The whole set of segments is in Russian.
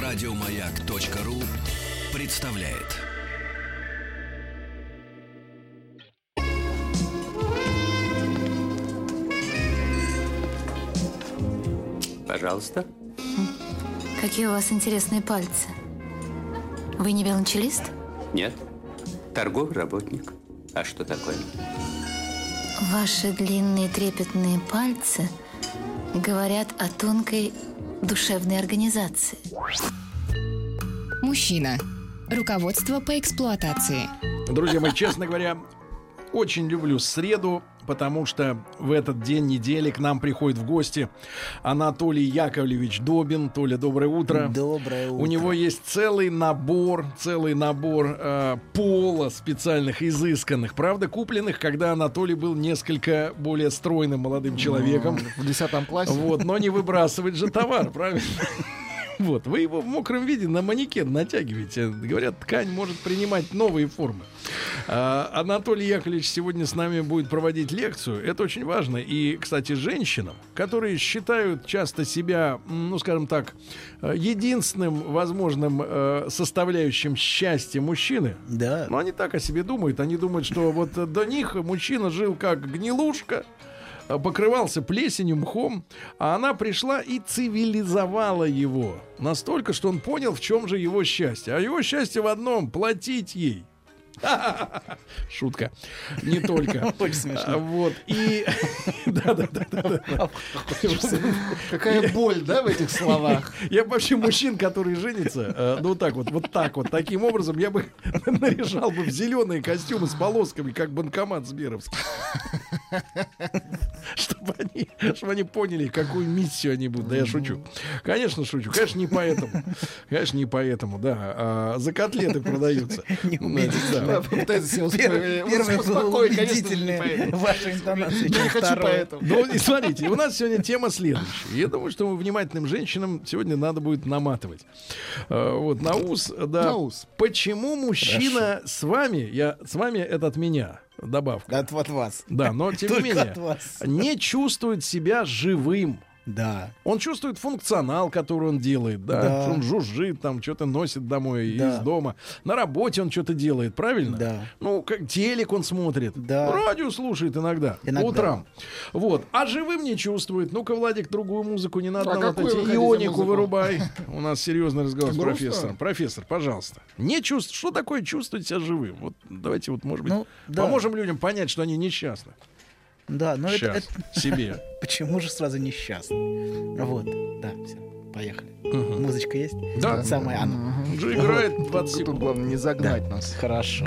Радиомаяк.ру представляет. Пожалуйста. Какие у вас интересные пальцы. Вы не велончелист? Нет. Торговый работник. А что такое? Ваши длинные трепетные пальцы говорят о тонкой душевной организации. Мужчина. Руководство по эксплуатации. Друзья мои, честно говоря, очень люблю среду, потому что в этот день недели к нам приходит в гости Анатолий Яковлевич Добин. Толя, доброе утро. Доброе утро. У него есть целый набор пола специальных, изысканных, правда, купленных, когда Анатолий был несколько более стройным молодым человеком. В 10 классе. Вот, но не выбрасывать же товар, правильно? Вот, вы его в мокром виде на манекен натягиваете. Говорят, ткань может принимать новые формы. Анатолий Яковлевич сегодня с нами будет проводить лекцию. Это очень важно. И, кстати, женщинам, которые считают часто себя, ну, скажем так, единственным возможным составляющим счастья мужчины. Да. Но они так о себе думают. Они думают, что вот до них мужчина жил как гнилушка, покрывался плесенью, мхом, а она пришла и цивилизовала его настолько, что он понял, в чем же его счастье. А его счастье в одном — платить ей. Шутка. Не только. Очень смешно. Вот. И... Да. Какая боль, да, в этих словах? Я вообще мужчин, которые женятся, ну так вот таким образом, я бы наряжал бы в зеленые костюмы с полосками, как банкомат Сберовский. Чтобы они поняли, какую миссию они будут. Да я шучу. Конечно, шучу. Конечно, не поэтому, да. За котлеты продаются. Не умеете. Да. Первое было убедительное. Ваша интонация. Не хочу поэтому. Ну, и смотрите, у нас сегодня тема следующая. Я думаю, что внимательным женщинам сегодня надо будет наматывать. Вот, на ус, да. На ус. Почему мужчина с вами, с вами это от меня, добавка. От вас. Да, но тем не менее, не чувствует себя живым. Да. Он чувствует функционал, который он делает, да. Что он жужжит, там что-то носит домой из дома. На работе он что-то делает, правильно? Да. Ну, как телек он смотрит. Да. Радио слушает иногда. По утрам. Вот. А живым не чувствует. Ну-ка, Владик, другую музыку не надо. Вот эти ионику вырубай. У нас серьезный разговор с профессором. Профессор, пожалуйста. Что такое чувствовать себя живым? Вот давайте, вот, может быть, поможем людям понять, что они несчастны. Да, но это себе. Почему же сразу несчастный? Вот, да, все, поехали. Музычка есть? Да. Самая она. Уже играет 20 секунд. Тут главное не загнать нас. Хорошо.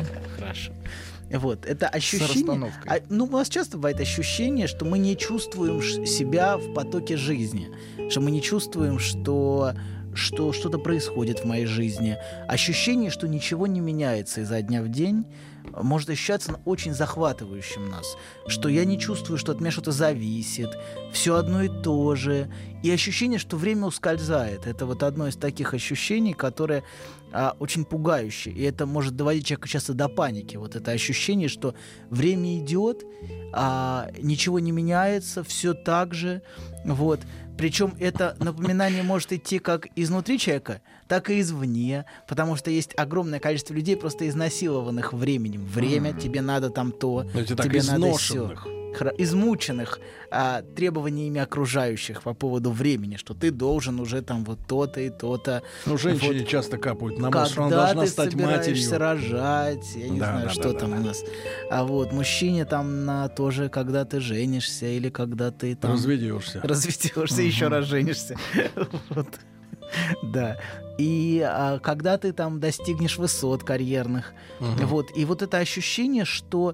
Вот, это ощущение. У нас часто бывает ощущение, что мы не чувствуем себя в потоке жизни, что мы не чувствуем, что что-то происходит в моей жизни. Ощущение, что ничего не меняется изо дня в день, может ощущаться очень захватывающим нас, что я не чувствую, что от меня что-то зависит, все одно и то же, и ощущение, что время ускользает. Это вот одно из таких ощущений, которое очень пугающее, и это может доводить человека часто до паники. Вот это ощущение, что время идет, ничего не меняется, все так же, вот. Причем это напоминание может идти как изнутри человека, так и извне, потому что есть огромное количество людей, просто изнасилованных временем. Время, тебе надо там то, тебе надо сё. Измученных требованиями окружающих по поводу времени, что ты должен уже там вот то-то и то-то. Ну, женщине вот, часто капают на мозг, что она должна стать матерью. Когда ты собираешься рожать, я не знаю, что там у нас. А вот мужчине там тоже, когда ты женишься или когда ты там... Разведешься, еще раз женишься. Вот. Да. И когда ты там достигнешь высот карьерных. Вот. И вот это ощущение, что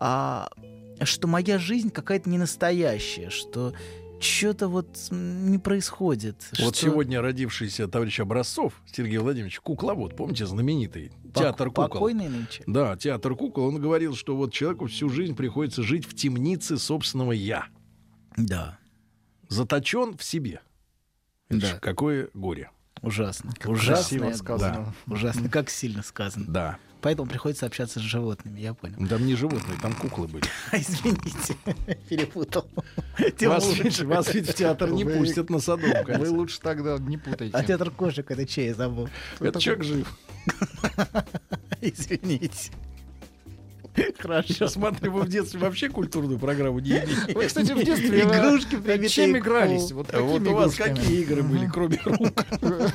моя жизнь какая-то ненастоящая, что что-то вот не происходит. Вот сегодня родившийся товарищ Образцов Сергей Владимирович, кукловод, помните, знаменитый театр кукол. Покойный нынче. Да, театр кукол. Он говорил, что вот человеку всю жизнь приходится жить в темнице собственного «я». Да. Заточен в себе. Да. Какое горе. Ужасно. Красиво сказано. Да. Ужасно. Как сильно сказано. Да. Поэтому приходится общаться с животными, я понял. Там не животные, там куклы были. Извините, перепутал. Вас ведь в театр не пустят на Садовом Вы кольце. лучше тогда не путайте. А театр кошек — это чей, я забыл. Это человек жив. Извините. Хорошо. Я смотрю, вы в детстве вообще культурную программу не имели. Вы, кстати, в детстве Игрушки прибитые чем к игрались? полу. Вот Вот какими у вас игрушками? какие игры были, кроме рук?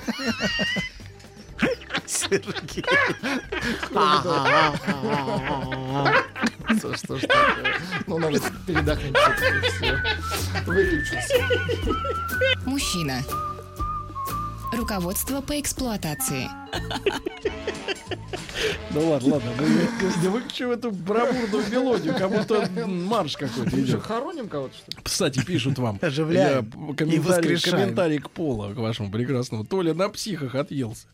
Сергей. Что ж такое? Ну, надо передохнуть. Все. Выключился. Мужчина. Руководство по эксплуатации. Да ладно. Да выключи эту бравурную мелодию, как будто марш какой-то Мы что, идет. хороним кого-то, что ли? Кстати, пишут вам. Оживляем и воскрешаем. Комментарий к Полу, к вашему прекрасному. Толя на психах отъелся.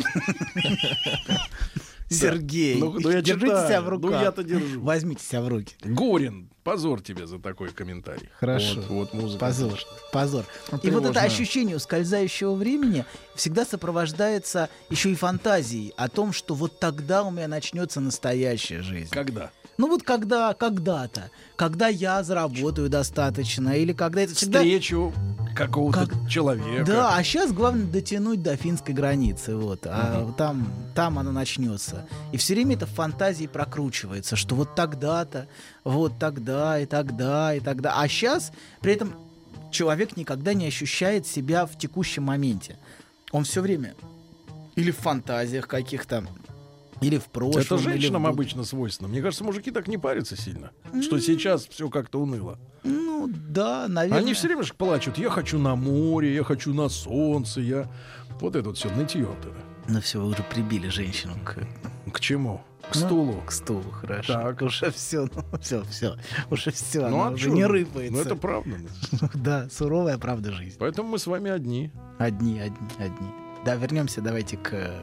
Сергей, Ну, я держите читаю. себя в руках. Ну, я-то держу. Возьмите себя в руки. Горин, позор тебе за такой комментарий. Хорошо. Вот музыка. Позор. Позор. Ну, И вот это тревожно. ощущение ускользающего времени всегда сопровождается еще и фантазией о том, что вот тогда у меня начнется настоящая жизнь. Когда? Ну вот когда-то, когда я заработаю достаточно, или когда это всегда... Встречу какого-то человека. Да, а сейчас главное дотянуть до финской границы, вот, а там оно начнется. И все время это в фантазии прокручивается, что вот тогда-то, вот тогда и тогда и тогда. А сейчас при этом человек никогда не ощущает себя в текущем моменте. Он все время или в фантазиях каких-то, или в прошлом. Это или женщинам в будущем. обычно свойственно. Мне кажется, мужики так не парятся сильно. Что сейчас все как-то уныло. Ну да, наверное. Они все время же плачут. Я хочу на море, я хочу на солнце, я... Вот это вот все, нытье вот это. Ну все, вы уже прибили женщину К чему? К ну, стулу. К стулу, хорошо. Так. Уже все, все. Уже все, Ну, она а уже чё? не рыпается. Ну, это правда. Да, суровая правда жизни. Поэтому мы с вами одни. Одни. Да, вернемся давайте к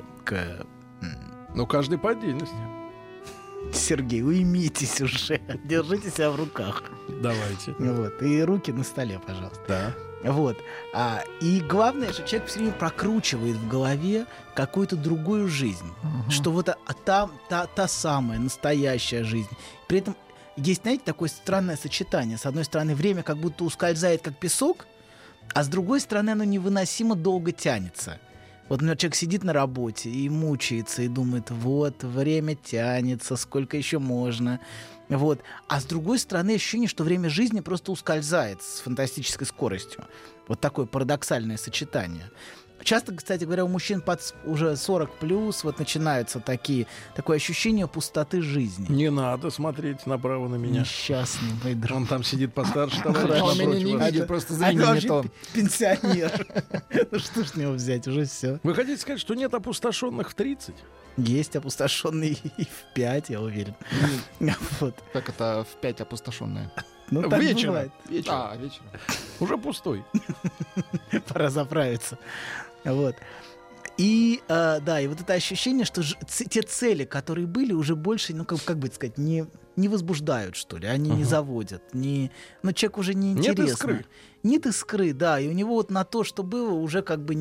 Но каждый по отдельности. Сергей, уймитесь уже. Держите себя в руках. Давайте. Вот. И руки на столе, пожалуйста. Да. Вот. И главное, что человек все время прокручивает в голове какую-то другую жизнь. Что вот там та самая настоящая жизнь. При этом есть, знаете, такое странное сочетание. С одной стороны, время как будто ускользает, как песок, а с другой стороны, оно невыносимо долго тянется. Вот, например, человек сидит на работе и мучается, и думает, вот, время тянется, сколько еще можно. Вот. А с другой стороны, ощущение, что время жизни просто ускользает с фантастической скоростью. Вот такое парадоксальное сочетание. Часто, кстати говоря, у мужчин под уже 40+, вот начинаются такое ощущение пустоты жизни. Не надо смотреть направо на меня. Несчастный мой друг. Он там сидит постарше товарищ Он меня напротив не вас. видит, просто А зрение это не вообще то. пенсионер. Ну что ж с него взять, уже все. Вы хотите сказать, что нет опустошенных в 30? Есть опустошенный и в 5, я уверен. Вот. Так это в 5 опустошенное. Ну, так Вечером. бывает. А, вечером. Уже пустой. Пора заправиться. Вот. И, да, и вот это ощущение, что те цели, которые были, уже больше, ну, как бы сказать, не возбуждают, что ли, они не заводят. Ну, человек уже не Нет интересно. искры. Нет искры, да, и у него вот на то, что было, уже как бы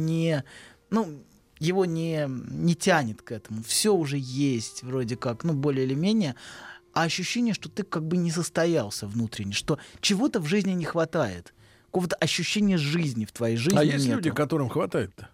его не тянет к этому. Все уже есть, вроде как, более или менее, а ощущение, что ты как бы не состоялся внутренне, что чего-то в жизни не хватает. Какого-то ощущения жизни в твоей жизни А есть нету. люди, которым хватает-то?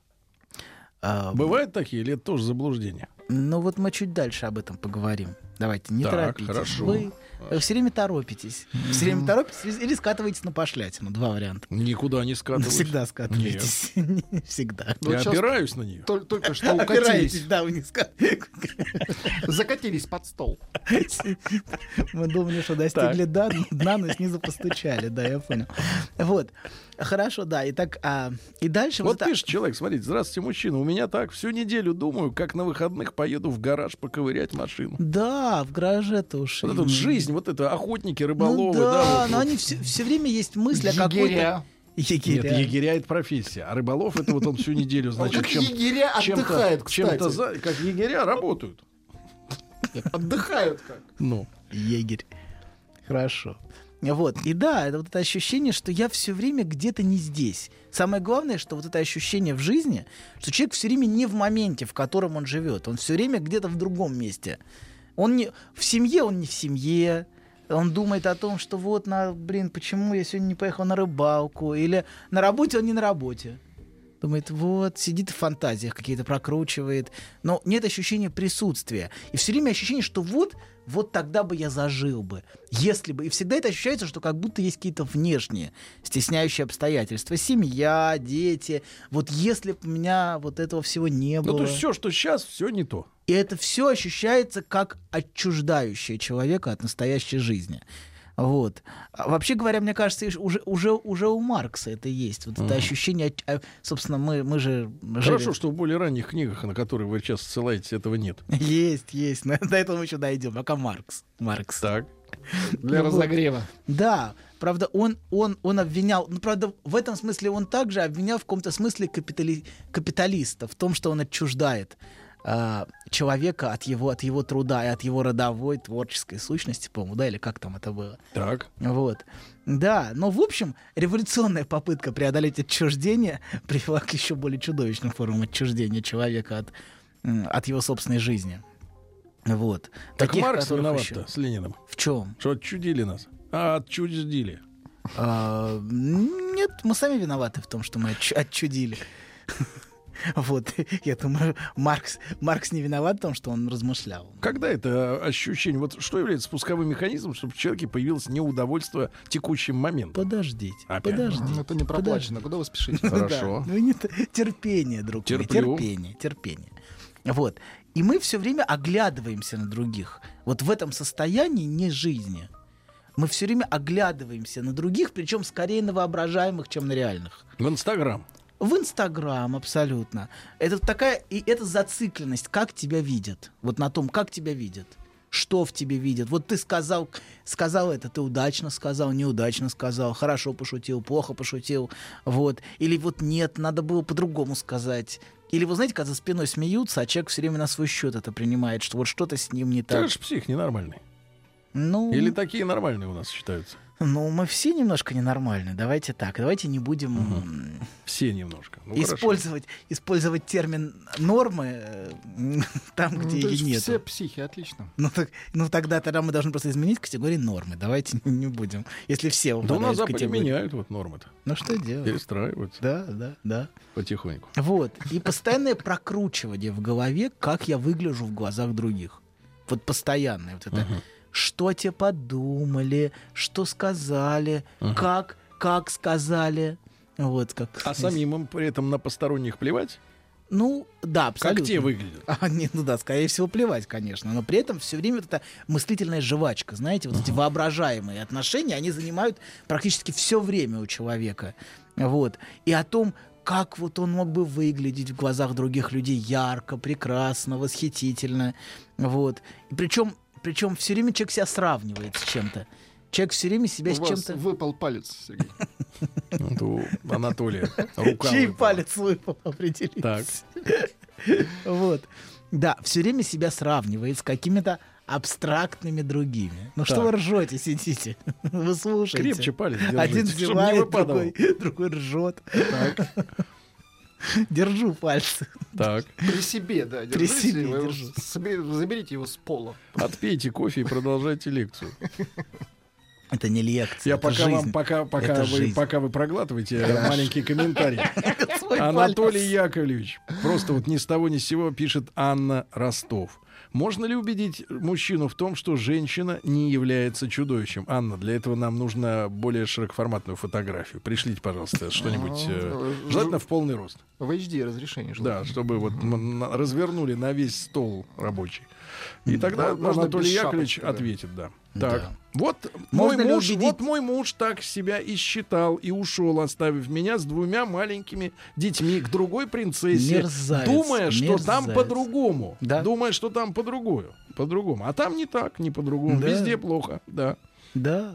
Бывают такие или это тоже заблуждение? Ну вот мы чуть дальше об этом поговорим. Давайте, не Так, торопитесь. хорошо. Вы все время торопитесь. Все время торопитесь или скатываетесь на пошлятину. Два варианта. Никуда не скатываюсь. Всегда скатываетесь. Всегда. Вот Я сейчас опираюсь на нее. Только что Опираетесь, укатились. да, вы не Закатились под стол. Мы думали, что достигли дна, но снизу постучали. Да, я понял. Вот. Хорошо, да. И так, и дальше... Вот пишет человек, смотрите, здравствуйте, мужчина, у меня так, всю неделю думаю, как на выходных поеду в гараж поковырять машину. Да, в гараже-то уж. Вот эта вот жизнь, вот это охотники, рыболовы. Ну да, вот. но они все время есть мысль о какой-то... Нет, егеря — это профессия, а рыболов — это вот он всю неделю, значит, Как егеря отдыхают, кстати. как егеря работают. Отдыхают как. Ну. Егерь. Хорошо. Вот. И да, это вот это ощущение, что я все время где-то не здесь. Самое главное, что вот это ощущение в жизни, что человек все время не в моменте, в котором он живет. Он все время где-то в другом месте. Он не в семье, он не в семье. Он думает о том, что вот, почему я сегодня не поехал на рыбалку? Или на работе он не на работе. Думает, вот, сидит в фантазиях какие-то, прокручивает. Но нет ощущения присутствия. И все время ощущение, что вот тогда бы я зажил бы. Если бы. И всегда это ощущается, что как будто есть какие-то внешние стесняющие обстоятельства. Семья, дети. Вот если бы у меня вот этого всего не было. Ну, то есть все, что сейчас, все не то. И это все ощущается как отчуждающее человека от настоящей жизни. Вот. А вообще говоря, мне кажется, уже у Маркса это есть. Вот это ощущение, собственно, мы же... Хорошо, что в более ранних книгах, на которые вы сейчас ссылаетесь, этого нет. Есть. До этого мы еще дойдем. Пока Маркс. Так. Для разогрева. Да. Правда, он обвинял... Ну, правда, в этом смысле он также обвинял в каком-то смысле капиталиста в том, что он отчуждает человека от его труда и от его родовой творческой сущности, по-моему, да, или как там это было. Так. Вот. Да, но в общем, революционная попытка преодолеть отчуждение привела к еще более чудовищным формам отчуждения человека от его собственной жизни. Вот. Так Маркс виноват-то с Лениным. В чем? Что отчудили нас. Отчудили. Нет, мы сами виноваты в том, что мы отчудили. Вот, я думаю, Маркс не виноват в том, что он размышлял. Когда это ощущение, вот что является спусковым механизмом, чтобы в человеке появилось неудовольствие текущим моментом? Подождите. Это не проплачено, куда вы спешите? Хорошо. Терпение, друг мой, терпение. Вот, и мы все время оглядываемся на других. Вот в этом состоянии не жизни. Мы все время оглядываемся на других, причем скорее на воображаемых, чем на реальных. В Инстаграм. В Инстаграм, абсолютно. Это такая, и это зацикленность, как тебя видят. Вот на том, как тебя видят. Что в тебе видят. Вот ты сказал это, ты удачно сказал, неудачно сказал, хорошо пошутил, плохо пошутил. Вот. Или вот нет, надо было по-другому сказать. Или вы знаете, когда за спиной смеются, а человек все время на свой счет это принимает, что вот что-то с ним не так. Ты же псих ненормальный. Ну... Или такие нормальные у нас считаются? Ну, мы все немножко ненормальны. Давайте так. Давайте не будем все немножко. использовать термин нормы там, где ее нет. Все психи, отлично. Тогда мы должны просто изменить категорию нормы. Давайте не будем. Если все упадают в категорию. Да, на Западе меняют вот нормы-то. Ну что делать? Перестраиваются. Да. Потихоньку. Вот. И постоянное прокручивание в голове, как я выгляжу в глазах других. Вот постоянное вот это. Что те подумали, что сказали, как сказали. Вот, как... А самим им при этом на посторонних плевать? Ну, да, абсолютно. Как те выглядят? Скорее всего, плевать, конечно. Но при этом все время вот эта мыслительная жвачка, знаете, вот эти воображаемые отношения, они занимают практически все время у человека. Вот. И о том, как вот он мог бы выглядеть в глазах других людей ярко, прекрасно, восхитительно. Вот. И причем все время человек себя сравнивает с чем-то. Человек все время себя с чем-то... выпал палец, Сергей. У Анатолия рука Чей палец выпал, определитесь. Так. Вот. Да, все время себя сравнивает с какими-то абстрактными другими. Ну что вы ржете, сидите? Вы слушаете. Крепче палец держите. Один зевает, другой ржет. Так. Держу пальцы. Так. При себе, да. При себе держу. Заберите его с пола. Отпейте кофе и продолжайте лекцию. Это не лекция. Я пока вы проглатываете маленький комментарий. Анатолий Яковлевич. Просто вот ни с того ни с сего пишет Анна Ростов. Можно ли убедить мужчину в том, что женщина не является чудовищем? Анна, для этого нам нужно более широкоформатную фотографию. Пришлите, пожалуйста, что-нибудь, желательно в полный рост. В HD разрешение. Да, чтобы вот развернули на весь стол рабочий. И тогда Анатолий Яковлевич ответит, да. Так, да. Вот мой муж так себя и считал и ушел, оставив меня с 2 маленькими детьми к другой принцессе, мерзавец, думая, что мерзавец. Там по-другому. Да? Думая, что там по-другому. А там не так, не по-другому. Да. Везде плохо, да. Да.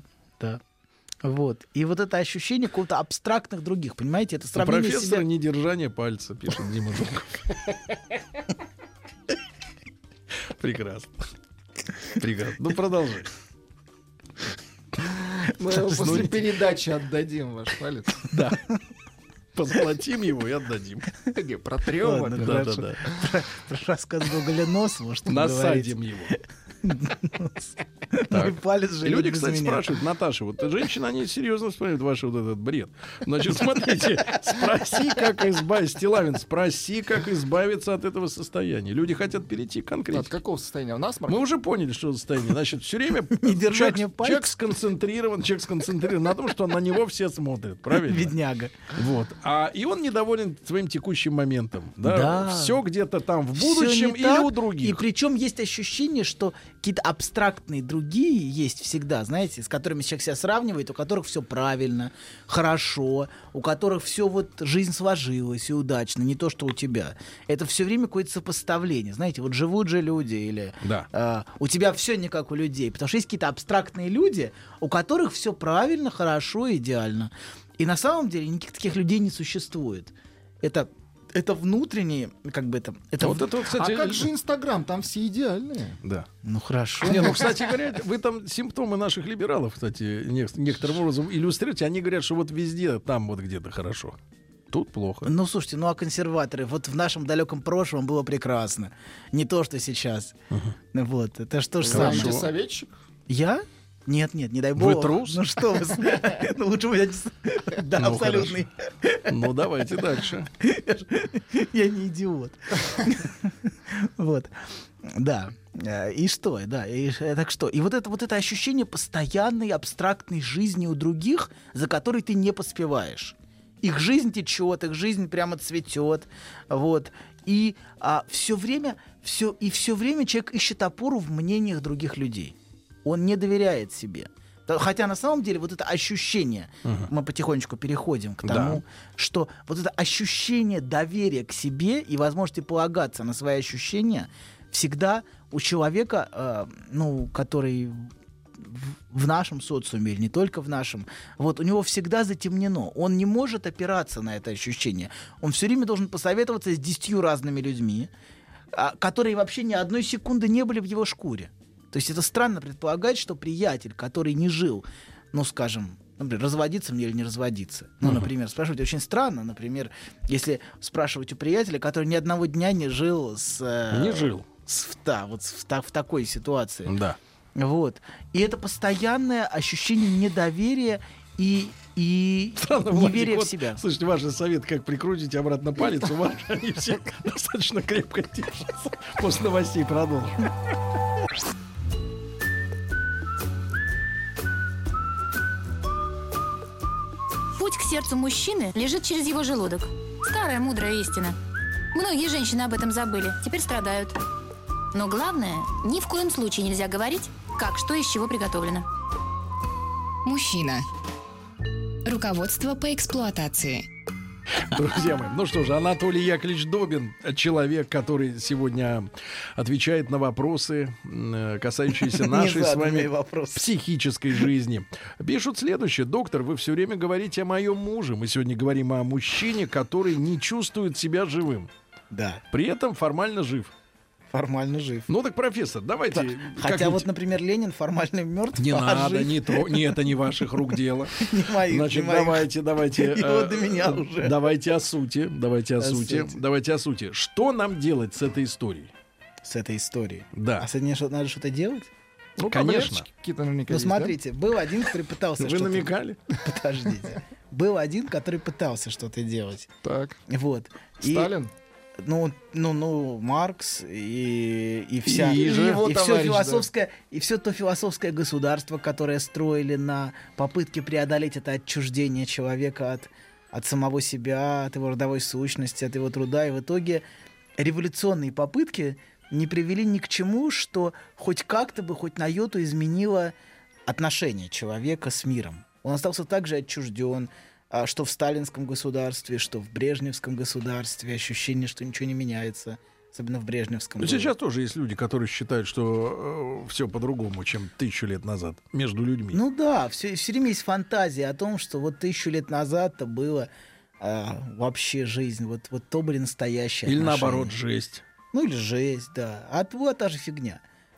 Вот. И вот это ощущение какого-то абстрактных других, понимаете? Это сравнение профессор себя... недержание пальца, пишет Дима Жуков. Прекрасно. Ну, продолжай. Мы после передачи отдадим ваш палец. Да. Позолотим его и отдадим. Протрем. Ладно, Да. Про рассказ Гоголя «Нос», может, Насадим его. Мой палец И же люди, любит кстати, за меня. спрашивают: Наташа, вот женщины, они серьезно вспоминают ваш вот этот бред. Значит, смотрите, спроси, как избавиться, Стилавин, спроси, как избавиться от этого состояния. Люди хотят перейти к От конкретике. какого состояния? У нас, Мы уже поняли, что за состояние. Значит, все время Не держать мне человек пальцы. сконцентрирован на том, что на него все смотрят. Правильно? Бедняга. Вот. И он недоволен своим текущим моментом. Да? Да. Все где-то там в Всё будущем не или так, у И других. причем есть ощущение, что какие-то абстрактные другие есть всегда, знаете, с которыми человек себя сравнивает, у которых все правильно, хорошо, у которых все вот жизнь сложилась и удачно, не то, что у тебя. Это все время какое-то сопоставление. Знаете, вот живут же люди, или Да. у тебя все не как у людей. Потому что есть какие-то абстрактные люди, у которых все правильно, хорошо, идеально. И на самом деле никаких таких людей не существует. Это внутренние, как бы это... Вот это, вот, кстати, А как же Инстаграм? Там все идеальные. Да. Ну хорошо. Не, ну, кстати говоря, вы там симптомы наших либералов, кстати, некоторым образом иллюстрируете. Они говорят, что вот везде, там вот где-то хорошо. Тут плохо. Ну, слушайте, а консерваторы, вот в нашем далеком прошлом было прекрасно. Не то, что сейчас. Вот, это что же Вы самое. антисоветчик? Я? Нет, не дай Вы бог. трус? Ну что вы... Ну, лучше бы Да, Ну, абсолютный. Ну, давайте дальше. Я не идиот. Вот. Да. И что? Да. Так что? И вот это ощущение постоянной абстрактной жизни у других, за которой ты не поспеваешь. Их жизнь течет, их жизнь прямо цветет. Вот. И все время человек ищет опору в мнениях других людей. Он не доверяет себе. Хотя на самом деле вот это ощущение, мы потихонечку переходим к тому, что вот это ощущение доверия к себе и возможности полагаться на свои ощущения всегда у человека, который в нашем социуме или не только в нашем, вот у него всегда затемнено. Он не может опираться на это ощущение. Он все время должен посоветоваться с 10 разными людьми, которые вообще ни одной секунды не были в его шкуре. То есть это странно предполагать, что приятель, который не жил, скажем, например, разводиться мне или не разводиться. Например, спрашивать очень странно. Например, если спрашивать у приятеля, который ни одного дня не жил Не жил. в такой ситуации. Да. Вот. И это постоянное ощущение недоверия и Странно, Владик, неверия в вот, себя. Слушайте, ваш же совет, как прикрутить обратно палец, у вас они все достаточно крепко держатся. После новостей продолжим. Путь к сердцу мужчины лежит через его желудок. Старая мудрая истина. Многие женщины об этом забыли, теперь страдают. Но главное, ни в коем случае нельзя говорить, как что из чего приготовлено. Мужчина. Руководство по эксплуатации. Друзья мои, ну что же, Анатолий Яковлевич Добин, человек, который сегодня отвечает на вопросы, касающиеся нашей с вами психической жизни. Пишут следующее. Доктор, вы все время говорите о моем муже. Мы сегодня говорим о мужчине, который не чувствует себя живым. Да, При этом формально жив. формально жив. Ну так, профессор, давайте... Хотя как-нибудь- вот, например, Ленин формально мертв. Не а надо, жив. не это не ваших рук дело. Не моих, Значит, не моих. давайте. И вот до меня уже. Давайте о сути. сути. Давайте о сути. Что нам делать с этой историей? С этой историей. Да. А с этим надо что-то делать? Ну, Конечно. таблеточки какие-то наверняка Ну, есть, да? смотрите, был один, который пытался Вы что-то... намекали? Подождите. Был один, который пытался что-то делать. Так. Вот. И, Сталин? Маркс и вся... И же. Его И все товарищ, философское, и все то философское государство, которое строили на попытке преодолеть это отчуждение человека от самого себя, от его родовой сущности, от его труда. И в итоге революционные попытки не привели ни к чему, что хоть как-то бы, хоть на йоту изменило отношение человека с миром. Он остался также отчужден, что в сталинском государстве, что в брежневском государстве. Ощущение, что ничего не меняется. Особенно в брежневском. Но было. сейчас тоже есть люди, которые считают, что все по-другому, чем 1000 лет назад между людьми. Ну да, все время есть фантазия о том, что вот 1000 лет назад-то было вообще жизнь. Вот то были настоящие Или отношения. наоборот, жесть. Ну или жесть, да. А та же фигня.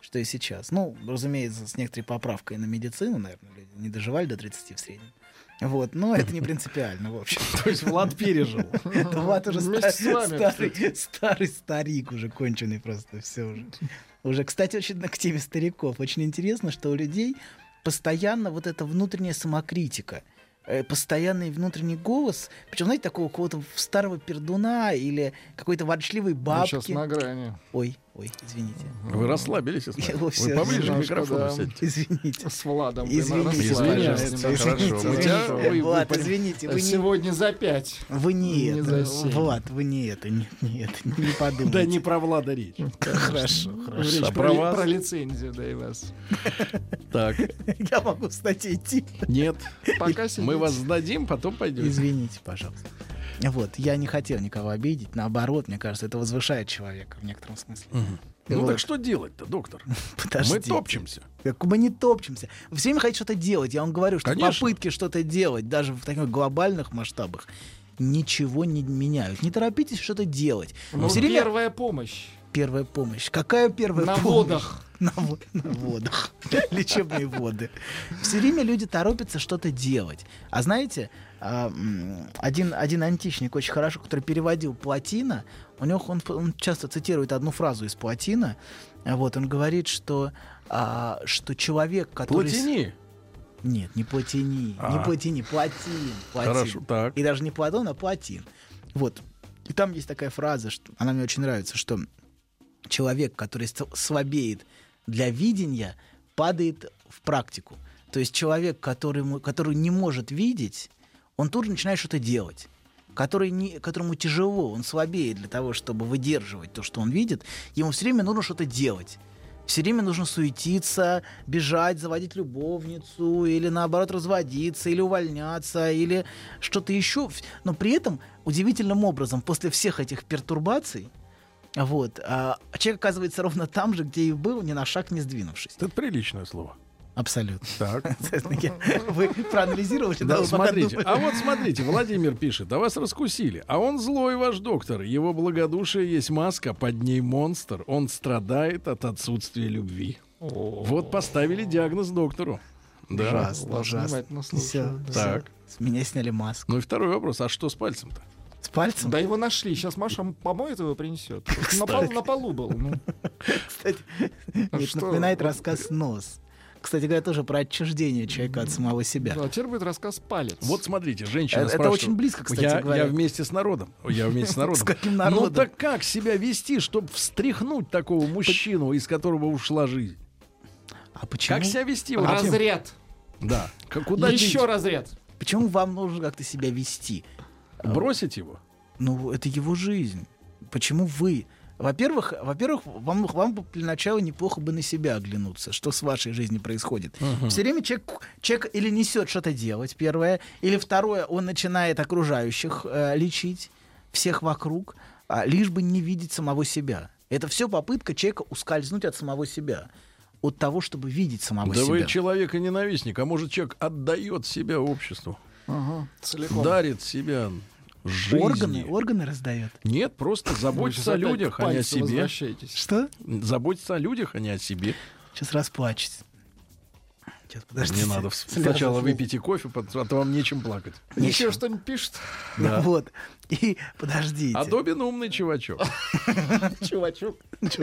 что и сейчас. Ну, разумеется, с некоторой поправкой на медицину, наверное, люди не доживали до 30 в среднем. Вот, но это не принципиально, в общем. То есть Влад пережил. Влад уже Вместе с вами, старый старик уже конченый просто, все уже. Уже, кстати, очень к теме стариков. Очень интересно, что у людей постоянно вот эта внутренняя самокритика, постоянный внутренний голос, причем, знаете, такого какого-то старого пердуна или какой-то ворчливой бабки. Сейчас на грани. Ой, извините. Вы расслабились, я смотрю. Вы Все, поближе к немножко, микрофону да. сядьте. Извините. С Владом. Извините, Извиняюсь. Хорошо. извините. Влад, извините, вы не... Сегодня за 5. Вы не Не это, за 7. Влад, вы не это, не подумайте. Да не про Влада речь. Хорошо. Речь А про вас? про лицензию, да, и вас. Так, Я могу встать и идти. нет. Пока сидите. Мы вас сдадим, потом пойдем. Извините, пожалуйста. Вот, я не хотел никого обидеть, наоборот, мне кажется, это возвышает человека в некотором смысле. Ну Вот. так что делать-то, доктор? Подождите. Мы топчемся. Как мы не топчемся. Вы все время хотите что-то делать. Я вам говорю, что Конечно. попытки что-то делать, даже в таких глобальных масштабах, ничего не меняют. Не торопитесь что-то делать. Ну, Всё время первая помощь. первая помощь. Какая первая На помощь? водах. На водах. Лечебные воды. Все время люди торопятся что-то делать. А знаете, один античник очень хорошо, который переводил Платина, у него он часто цитирует одну фразу из Платина. Вот, он говорит, что человек, который... Платини. Нет, не Платини. Не Платини, Платин. Хорошо, так. И даже не Платон, а Платин. Вот. И там есть такая фраза, что она мне очень нравится, что человек, который слабеет для видения, падает в практику. То есть человек, который не может видеть, он тут же начинает что-то делать. Которому тяжело, он слабеет для того, чтобы выдерживать то, что он видит, ему все время нужно что-то делать. Все время нужно суетиться, бежать, заводить любовницу, или наоборот разводиться, или увольняться, или что-то еще. Но при этом удивительным образом после всех этих пертурбаций человек оказывается ровно там же, где и был, ни на шаг не сдвинувшись. Это приличное слово. Абсолютно. Так. Вы проанализировали? Да, смотрите. А вот смотрите, Владимир пишет, а вас раскусили. А он злой ваш доктор. Его благодушие есть маска, под ней монстр. Он страдает от отсутствия любви. Вот поставили диагноз доктору. Да. Ужасно. Всё. Так. С меня сняли маску. Ну и второй вопрос. А что с пальцем-то? С пальцем? Да его нашли. Сейчас Маша помоет его, принесет. На полу был. Ну. Кстати, А это что? напоминает рассказ «Нос». Кстати говоря, тоже про отчуждение человека от самого себя. Да, теперь будет рассказ «Палец». Вот смотрите, женщина Это спрашивает. очень близко, кстати говоря. Я вместе с народом. С каким народом? Ну так как себя вести, чтобы встряхнуть такого мужчину, из которого ушла жизнь? А почему? Как себя вести? Вот этим? Разряд. Да. Куда Еще деть? разряд. Почему вам нужно как-то себя вести? Бросить его? Ну, это его жизнь. Почему вы? Во-первых, вам бы для начала неплохо бы на себя оглянуться, что с вашей жизнью происходит. Все время человек или несет что-то делать, первое, или второе, он начинает окружающих лечить, всех вокруг, лишь бы не видеть самого себя. Это все попытка человека ускользнуть от самого себя, от того, чтобы видеть самого Да себя. вы человека-ненавистник, а может человек отдает себя обществу, Целиком. дарит себя жизни. Органы раздает. Нет, просто заботиться о Опять людях, к а не о пальцу себе. возвращаетесь. Что? Заботиться о людях, а не о себе. Сейчас расплачусь. Сейчас, подождите. Не надо. Сначала выпейте кофе, а то вам нечем плакать. Еще что-нибудь пишет? Да. Вот. И подождите. А Добин умный чувачок. Чувачок.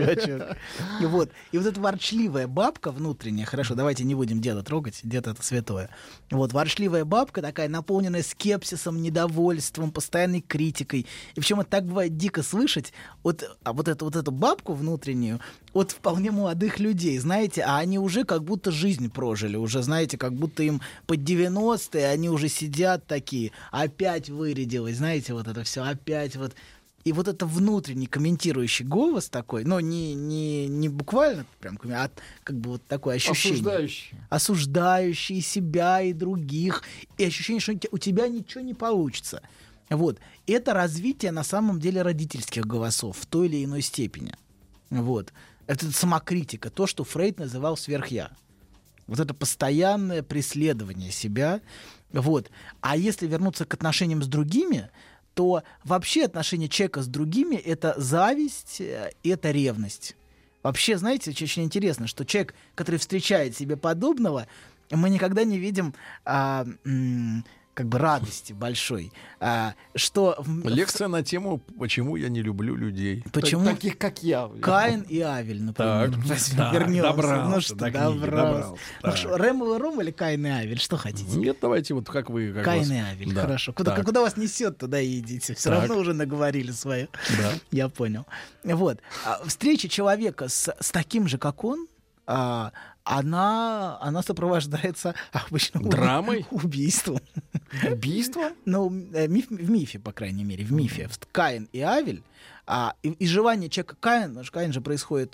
Вот. И вот эта ворчливая бабка внутренняя, хорошо, давайте не будем деда трогать, дед — это святое. Вот, ворчливая бабка такая, наполненная скепсисом, недовольством, постоянной критикой. И причем это так бывает дико слышать вот эту бабку внутреннюю от вполне молодых людей, знаете, а они уже как будто жизнь прожили, уже, знаете, как будто им под 90-е, они уже сидят такие, опять вырядилась, знаете, вот это все, опять вот. И вот это внутренний комментирующий голос такой, но не буквально прям, а как бы вот такое ощущение. Осуждающий себя и других. И ощущение, что у тебя ничего не получится. Вот. Это развитие на самом деле родительских голосов в той или иной степени. Вот. Это самокритика, то, что Фрейд называл сверхя. Вот это постоянное преследование себя. Вот. А если вернуться к отношениям с другими, то вообще отношение человека с другими — это зависть, это ревность. Вообще, знаете, очень интересно, что человек, который встречает себе подобного, мы никогда не видим как бы радости большой. Что Лекция на тему «Почему я не люблю людей». Почему Таких, как я. Каин и Авель, например. Вернемся. Добрался, Ну что, до книги, добрался. Ну так. что, Ром или Каин и Авель? Что хотите? Нет, давайте вот как вы... Как Каин вас- и Авель, Да. хорошо. Так. Куда вас несет, туда и идите. Все Так. равно уже наговорили свое. Да. Я понял. Вот. Встреча человека с таким же, как он, она сопровождается обычно Драмой? убийством. Убийство? Ну, в мифе, по крайней мере, в мифе. Каин и Авель. И желание человека Каин, потому что Каин же происходит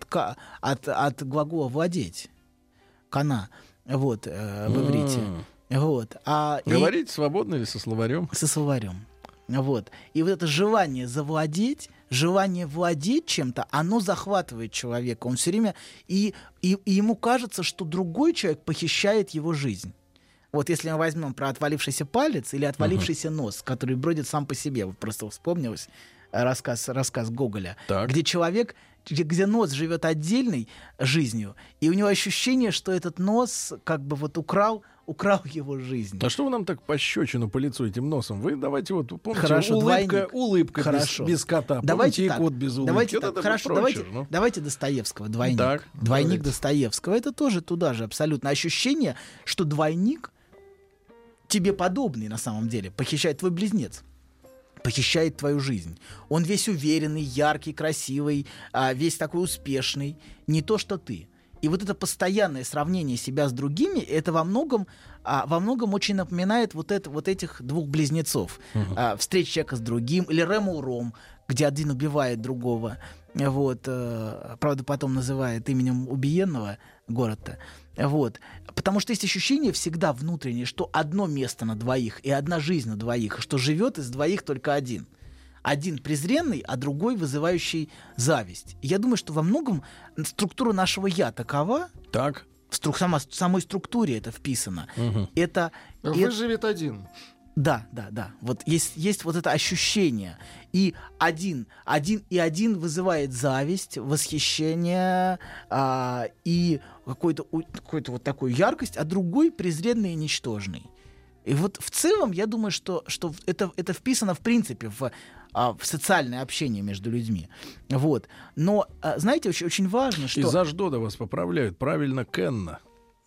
от глагола «владеть». Кана. Вот, в иврите. Вот. Говорить свободно или со словарем? Со словарем. Вот. И вот это желание завладеть, желание владеть чем-то, оно захватывает человека. Он все время... И ему кажется, что другой человек похищает его жизнь. Вот если мы возьмем про отвалившийся палец или отвалившийся нос, который бродит сам по себе. Вот просто вспомнилось рассказ Гоголя, Так. где человек, где нос живет отдельной жизнью, и у него ощущение, что этот нос как бы вот украл его жизнь. А что вы нам так пощечину по лицу этим носом? Вы давайте вот, помните, Хорошо, улыбка Хорошо. без кота. Давайте Помните, и так. кот без улыбки. Давайте Вот так. это Хорошо, прочее, ну. давайте Достоевского, двойник. Так, Двойник давайте. Достоевского. Это тоже туда же абсолютно ощущение, что двойник тебе подобный на самом деле, похищает твой близнец. Похищает твою жизнь. Он весь уверенный, яркий, красивый, весь такой успешный. Не то, что ты. И вот это постоянное сравнение себя с другими, это во многом очень напоминает вот этих двух близнецов. Встреча человека с другим, или Рем-Уром, где один убивает другого. Вот, правда, потом называет именем убиенного город-то. Вот. Потому что есть ощущение всегда внутреннее, что одно место на двоих и одна жизнь на двоих, и что живет из двоих только один. Один презренный, а другой вызывающий зависть. И я думаю, что во многом структура нашего «я» такова, Так. в самой структуре это вписано. Это Выживет один. Да. Вот есть вот это ощущение. И один вызывает зависть, восхищение и какую-то вот такую яркость, а другой презренный и ничтожный. И вот в целом я думаю, что это вписано в принципе в социальное общение между людьми. Вот. Но, знаете, очень важно, что... Из Аждода вас поправляют. Правильно, Кенна.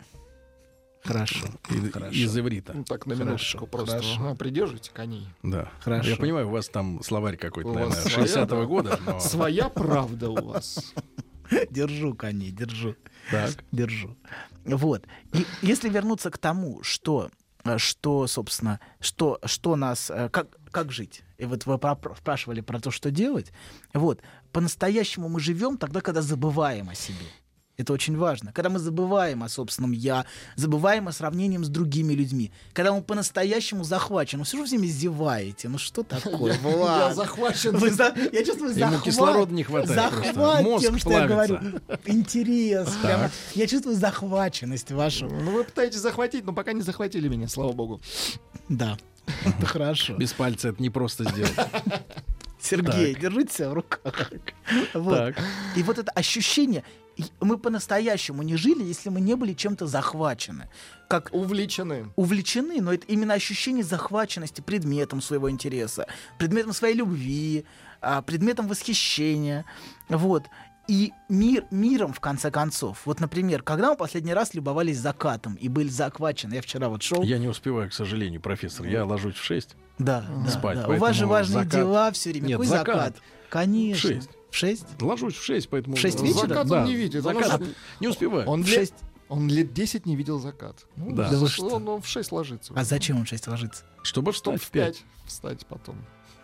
Хорошо. Из иврита. Ну, так, на минуточку просто. Придержите коней. Да. Хорошо. Я понимаю, у вас там словарь какой-то, У вас наверное, своя, 60-го года. но- Своя правда у вас. Держу коней, держу. Так. Держу. Вот. И если вернуться к тому, что собственно, что нас, как жить? И вот вы спрашивали про то, что делать. Вот. По-настоящему мы живем тогда, когда забываем о себе. Это очень важно. Когда мы забываем о собственном «я», забываем о сравнении с другими людьми. Когда мы по-настоящему захвачены. Ну, все же вы всеми зеваете. Ну, что такое? Я захвачен. Я чувствую Ему захват. кислорода не хватает просто. Захват Мозг тем, что я плавится. говорю. Интерес. Прямо. Я чувствую захваченность вашу. Ну, вы пытаетесь захватить, но пока не захватили меня, слава богу. Да. Это хорошо. Без пальца это не просто сделать. Сергей, держите себя в руках. Вот. Так. И вот это ощущение, мы по-настоящему не жили, если мы не были чем-то захвачены. Как Увлечены. увлечены, но это именно ощущение захваченности предметом своего интереса, предметом своей любви, предметом восхищения. Вот. И миром, в конце концов. Вот, например, когда мы последний раз любовались закатом и были захвачены, я вчера вот шел... Я не успеваю, к сожалению, профессор. Я ложусь в 6. Да, спать, да. У вас же поэтому важные закат- дела все время. Нет, Какой закат. закат? Конечно. В 6. В 6? Ложусь в 6, поэтому... В 6 вечера? Закат Да, он не видит. Он закат уже- не успеваю. Он В лет, 6. он лет 10 не видел закат. Ну, Да. Да вы что? что? Он в 6 ложится. А зачем он в 6 ложится? Чтобы Чтобы встать в в 5. 5 встать потом.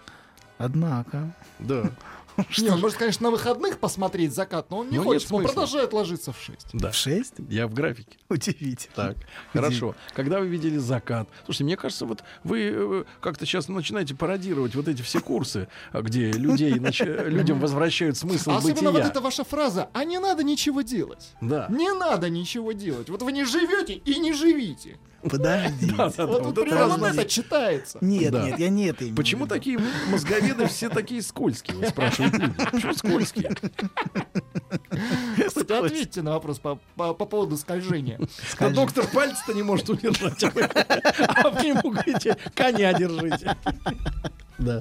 Однако. Да. Не, он может, конечно, на выходных посмотреть закат, но он не Ну, хочет. нет Он смысла. продолжает ложиться в 6. Да. В 6? Я в графике. Удивительно. Так, хорошо. Когда вы видели закат? Слушайте, мне кажется, вот вы как-то сейчас начинаете пародировать вот эти все курсы, где людям возвращают смысл Особенно вот бытия. эта ваша фраза «а не надо ничего делать». Да. Не надо ничего делать. Вот вы не живете и не живите. Подождите. Вот примерно вот это читается. Нет, Да. нет, я не это имею в Почему виду. такие мозговеды все такие скользкие, вот спрашивают люди? Почему скользкие? Кстати, ответьте на вопрос по поводу скольжения. Да доктор пальцы-то не может удержать. А вы ему говорите, коня держите. Да.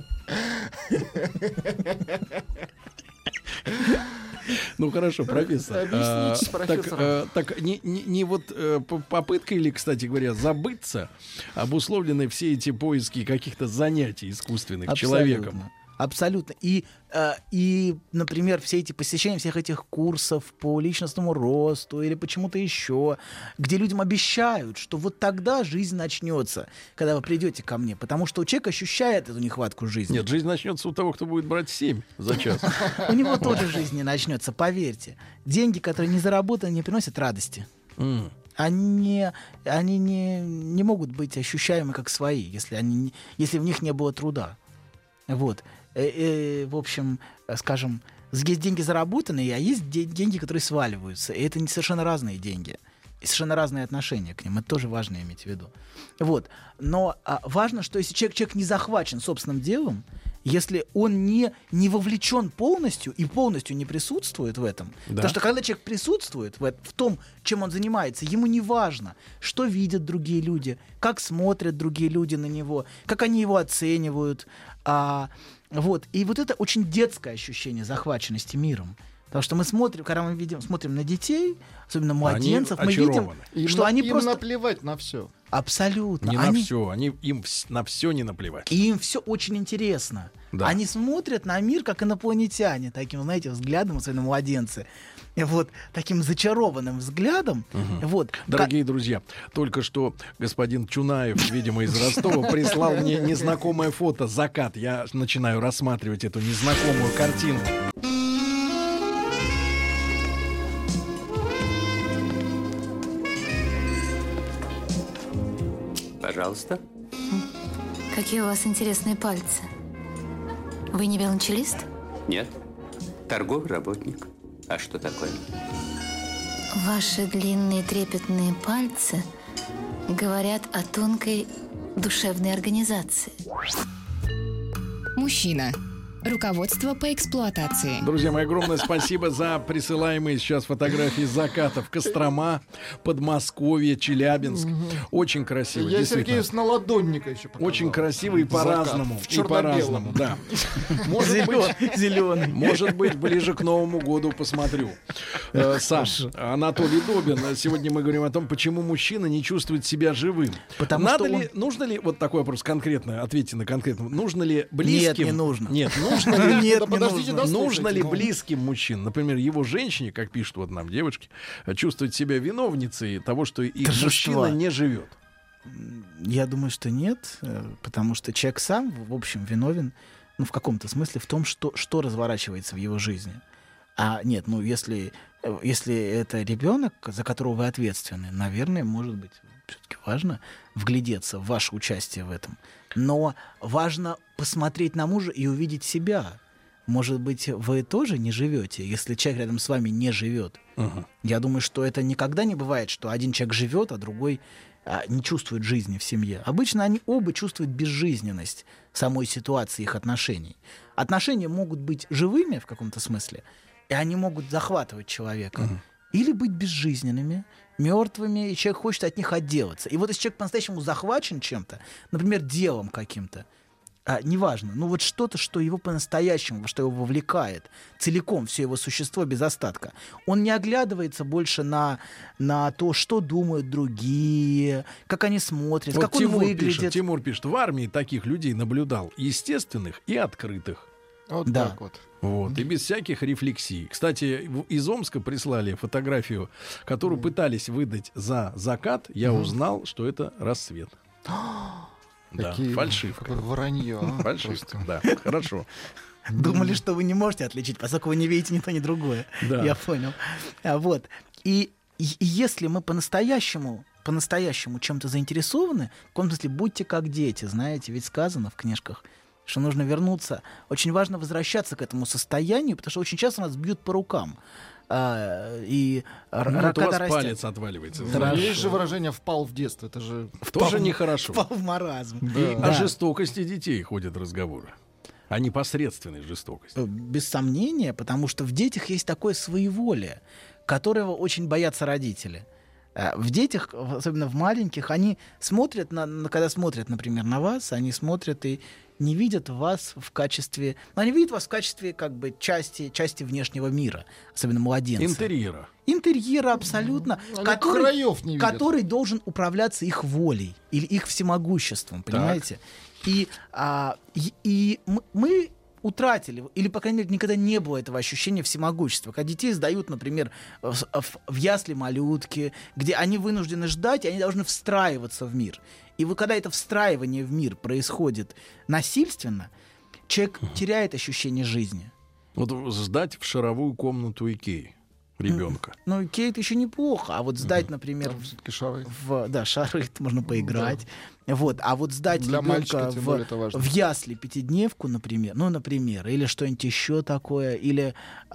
Ну хорошо, профессор. Объясните с профессором. Так не вот попытка или, кстати говоря, забыться обусловлены все эти поиски каких-то занятий искусственных человеком. Абсолютно. И, например, все эти посещения всех этих курсов по личностному росту или почему-то еще, где людям обещают, что вот тогда жизнь начнется, когда вы придете ко мне, потому что человек ощущает эту нехватку жизни. Нет, жизнь начнется у того, кто будет брать 7 за час. У него тоже жизнь не начнется, поверьте. Деньги, которые не заработаны, не приносят радости. Они не могут быть ощущаемы как свои, если в них не было труда. Вот. В общем, скажем, есть деньги заработанные, а есть деньги, которые сваливаются. И это совершенно разные деньги. И совершенно разные отношения к ним. Это тоже важно иметь в виду. Вот. Но важно, что если человек не захвачен собственным делом, если он не вовлечен полностью и полностью не присутствует в этом. Да. Потому что когда человек присутствует в том, чем он занимается, ему не важно, что видят другие люди, как смотрят другие люди на него, как они его оценивают. Вот. И вот это очень детское ощущение захваченности миром. Потому что мы смотрим, когда мы смотрим на детей, особенно младенцев, мы видим, что они просто... наплевать на все. Абсолютно. Не на все, им на все не наплевать. И им все очень интересно. Да. Они смотрят на мир, как инопланетяне, таким, знаете, взглядом, особенно младенцы. Вот таким зачарованным взглядом. Угу. Вот. Дорогие друзья, только что господин Чунаев, видимо, из Ростова, прислал мне незнакомое фото «Закат». Я начинаю рассматривать эту незнакомую картинку. Пожалуйста. Какие у вас интересные пальцы. Вы не велончелист? Нет. Торговый работник. А что такое? Ваши длинные трепетные пальцы говорят о тонкой душевной организации. Мужчина. Руководство по эксплуатации. Друзья мои, огромное спасибо за присылаемые сейчас фотографии закатов. Кострома, Подмосковье, Челябинск. Очень красиво. Я Сергеевич на ладонника еще показал. Очень красиво и по-разному. И по-разному, да. Зеленый. Может быть, ближе к Новому году посмотрю. Саш, Анатолий Добин. Сегодня мы говорим о том, почему мужчина не чувствует себя живым. Нужно ли, вот такой вопрос конкретно, ответьте на конкретно. Нужно ли близким... Нет, не нужно. Нет, нужно ли близким мужчин, например, его женщине, как пишут вот нам девочки, чувствовать себя виновницей того, что их мужчина не живет? Я думаю, что нет, потому что человек сам, в общем, виновен, в каком-то смысле, в том, что разворачивается в его жизни. А нет, если это ребенок, за которого вы ответственны, наверное, может быть, все-таки важно вглядеться в ваше участие в этом. Но важно посмотреть на мужа и увидеть себя. Может быть, вы тоже не живете, если человек рядом с вами не живет. Я думаю, что это никогда не бывает, что один человек живет, а другой не чувствует жизни в семье. Обычно они оба чувствуют безжизненность самой ситуации их отношений. Отношения могут быть живыми в каком-то смысле, и они могут захватывать человека. Или быть безжизненными, мертвыми, и человек хочет от них отделаться. И вот если человек по-настоящему захвачен чем-то, например, делом каким-то, неважно, вот что-то, что его по-настоящему, во что его вовлекает, целиком все его существо без остатка, он не оглядывается больше на то, что думают другие, как они смотрят, вот как он выглядит. Тимур пишет, в армии таких людей наблюдал, естественных и открытых. Вот да. Так вот. Вот, и без всяких рефлексий. Кстати, из Омска прислали фотографию, которую пытались выдать за закат. Я узнал, что это рассвет. Да, фальшивка. Вранье. Фальшивка, да, хорошо. Думали, что вы не можете отличить, поскольку вы не видите ни то, ни другое. Да. Я понял. Вот. И если мы по-настоящему чем-то заинтересованы, в каком смысле будьте как дети, знаете, ведь сказано в книжках, что нужно вернуться. Очень важно возвращаться к этому состоянию, потому что очень часто нас бьют по рукам. И у вас палец отваливается. Есть же выражение «впал в детство». Это же тоже нехорошо. Впал в маразм. Да. О жестокости детей ходят разговоры. А не посредственной жестокости. Без сомнения, потому что в детях есть такое своеволие, которого очень боятся родители. В детях, особенно в маленьких, они смотрят, когда смотрят, например, на вас, они смотрят и не видят вас в качестве... Они видят вас в качестве как бы части внешнего мира, особенно младенца. Интерьера абсолютно, который должен управляться их волей или их всемогуществом, понимаете? И мы утратили, или, по крайней мере, никогда не было этого ощущения всемогущества. Когда детей сдают, например, в ясли малютки, где они вынуждены ждать, и они должны встраиваться в мир. И вот когда это встраивание в мир происходит насильственно, человек теряет ощущение жизни. Вот сдать в шаровую комнату Икеи ребенка. Ну, Икея это еще неплохо. А вот сдать, например, шары. Шары это можно поиграть. Да. Вот. А вот сдать ребенка в ясли пятидневку, например, или что-нибудь еще такое, или...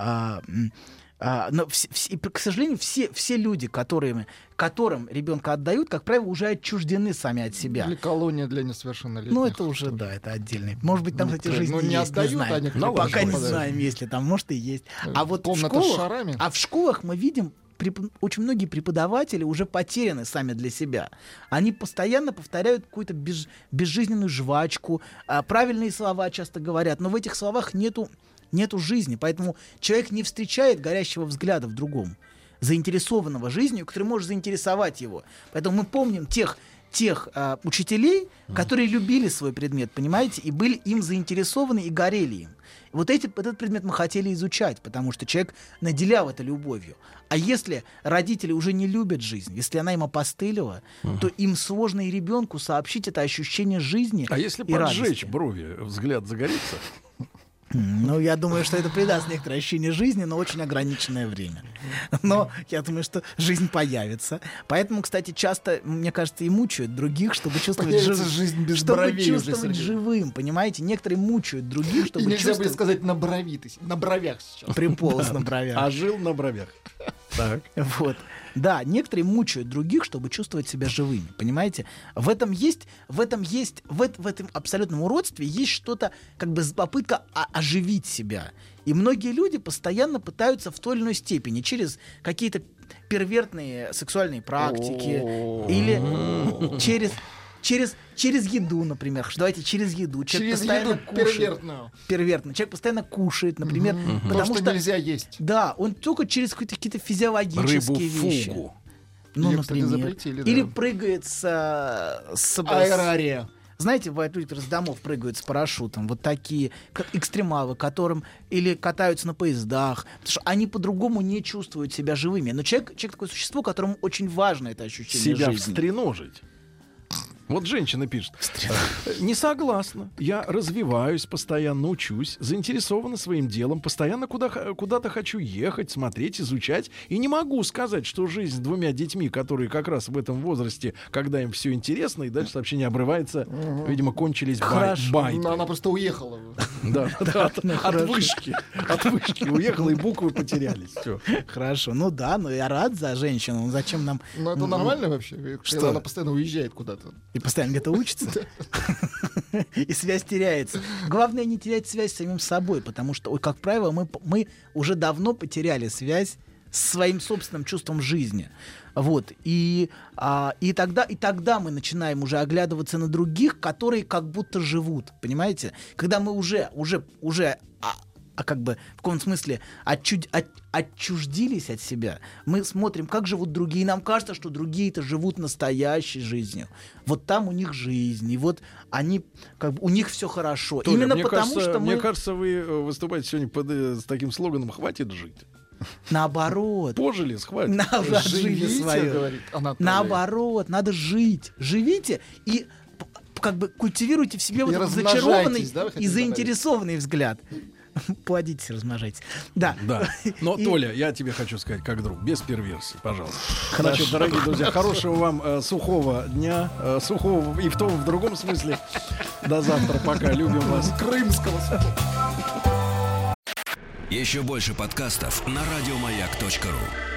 но, к сожалению, все люди, которым ребенка отдают, как правило, уже отчуждены сами от себя. Или колония для несовершеннолетних. Ну, это уже, да, это отдельный. Может быть, там, кстати, жизнь не есть, отдают, не знаем. Пока не знаем, если там, может, и есть. А вот в школах мы видим, очень многие преподаватели уже потеряны сами для себя. Они постоянно повторяют какую-то безжизненную жвачку, правильные слова часто говорят, но в этих словах нету жизни, поэтому человек не встречает горящего взгляда в другом, заинтересованного жизнью, который может заинтересовать его. Поэтому мы помним тех учителей, которые любили свой предмет, понимаете, и были им заинтересованы и горели им. Вот этот предмет мы хотели изучать, потому что человек наделял это любовью. А если родители уже не любят жизнь, если она им опостылила, то им сложно и ребенку сообщить это ощущение жизни. А если поджечь брови, взгляд загорится? Ну, я думаю, что это придаст некоторое ощущение жизни, но очень ограниченное время. Но я думаю, что жизнь появится. Поэтому, кстати, часто, мне кажется, и мучают других, чтобы чувствовать жизнь без бровей, чувствовать живым, понимаете? Некоторые мучают других, чтобы нельзя чувствовать... будет сказать на бровях сейчас. Приполз на бровях. А жил на бровях. Так. Вот. Да, некоторые мучают других, чтобы чувствовать себя живыми, понимаете? В этом абсолютном уродстве есть что-то, как бы попытка оживить себя. И многие люди постоянно пытаются в той или иной степени через какие-то первертные сексуальные практики или через еду, например. Давайте через еду. Через еду первертную. Человек постоянно кушает, например. Потому что нельзя есть. Да, он только через какие-то физиологические вещи. Рыбу-фугу. Ну, например. Запретили, или прыгает с аэрария. Знаете, бывают люди, которые с домов прыгают с парашютом. Вот такие экстремалы, которым или катаются на поездах. Потому что они по-другому не чувствуют себя живыми. Но человек такое существо, которому очень важно это ощущение себя жизни. встреножить. Вот женщина пишет: не согласна. Я развиваюсь, постоянно учусь, заинтересована своим делом, постоянно куда-то хочу ехать, смотреть, изучать. И не могу сказать, что жизнь с двумя детьми, которые как раз в этом возрасте, когда им все интересно, и дальше сообщение обрывается, видимо, кончились байты. Она просто уехала. Да, от вышки. От вышки уехала, и буквы потерялись. Все. Хорошо. Ну да, но я рад за женщину. Зачем нам... Ну это нормально вообще? Что? Она постоянно уезжает куда-то. И постоянно где-то учится. И связь теряется. Главное не терять связь с самим собой, потому что, как правило, мы уже давно потеряли связь с своим собственным чувством жизни. Вот. И тогда мы начинаем уже оглядываться на других, которые как будто живут. Понимаете? Когда мы уже как бы в каком-то смысле отчуждились от себя, мы смотрим, как живут другие, и нам кажется, что другие-то живут настоящей жизнью. Вот там у них жизнь, и вот они, как бы, у них все хорошо. Толя, именно мне потому, кажется, что мы... Мне кажется, вы выступаете сегодня с таким слоганом «Хватит жить». Наоборот. Пожили, хватит. Надо жить свое. Наоборот, надо жить. Живите и как бы культивируйте в себе вот этот зачарованный и заинтересованный взгляд. Плодитесь, размножайтесь. Да. Но, Толя, я тебе хочу сказать, как друг, без перверсий, пожалуйста. Значит, дорогие друзья, хорошего вам сухого дня, сухого и в том, и в другом смысле. До завтра, пока, любим вас. Крымского. Еще больше подкастов на радиомаяк.ру.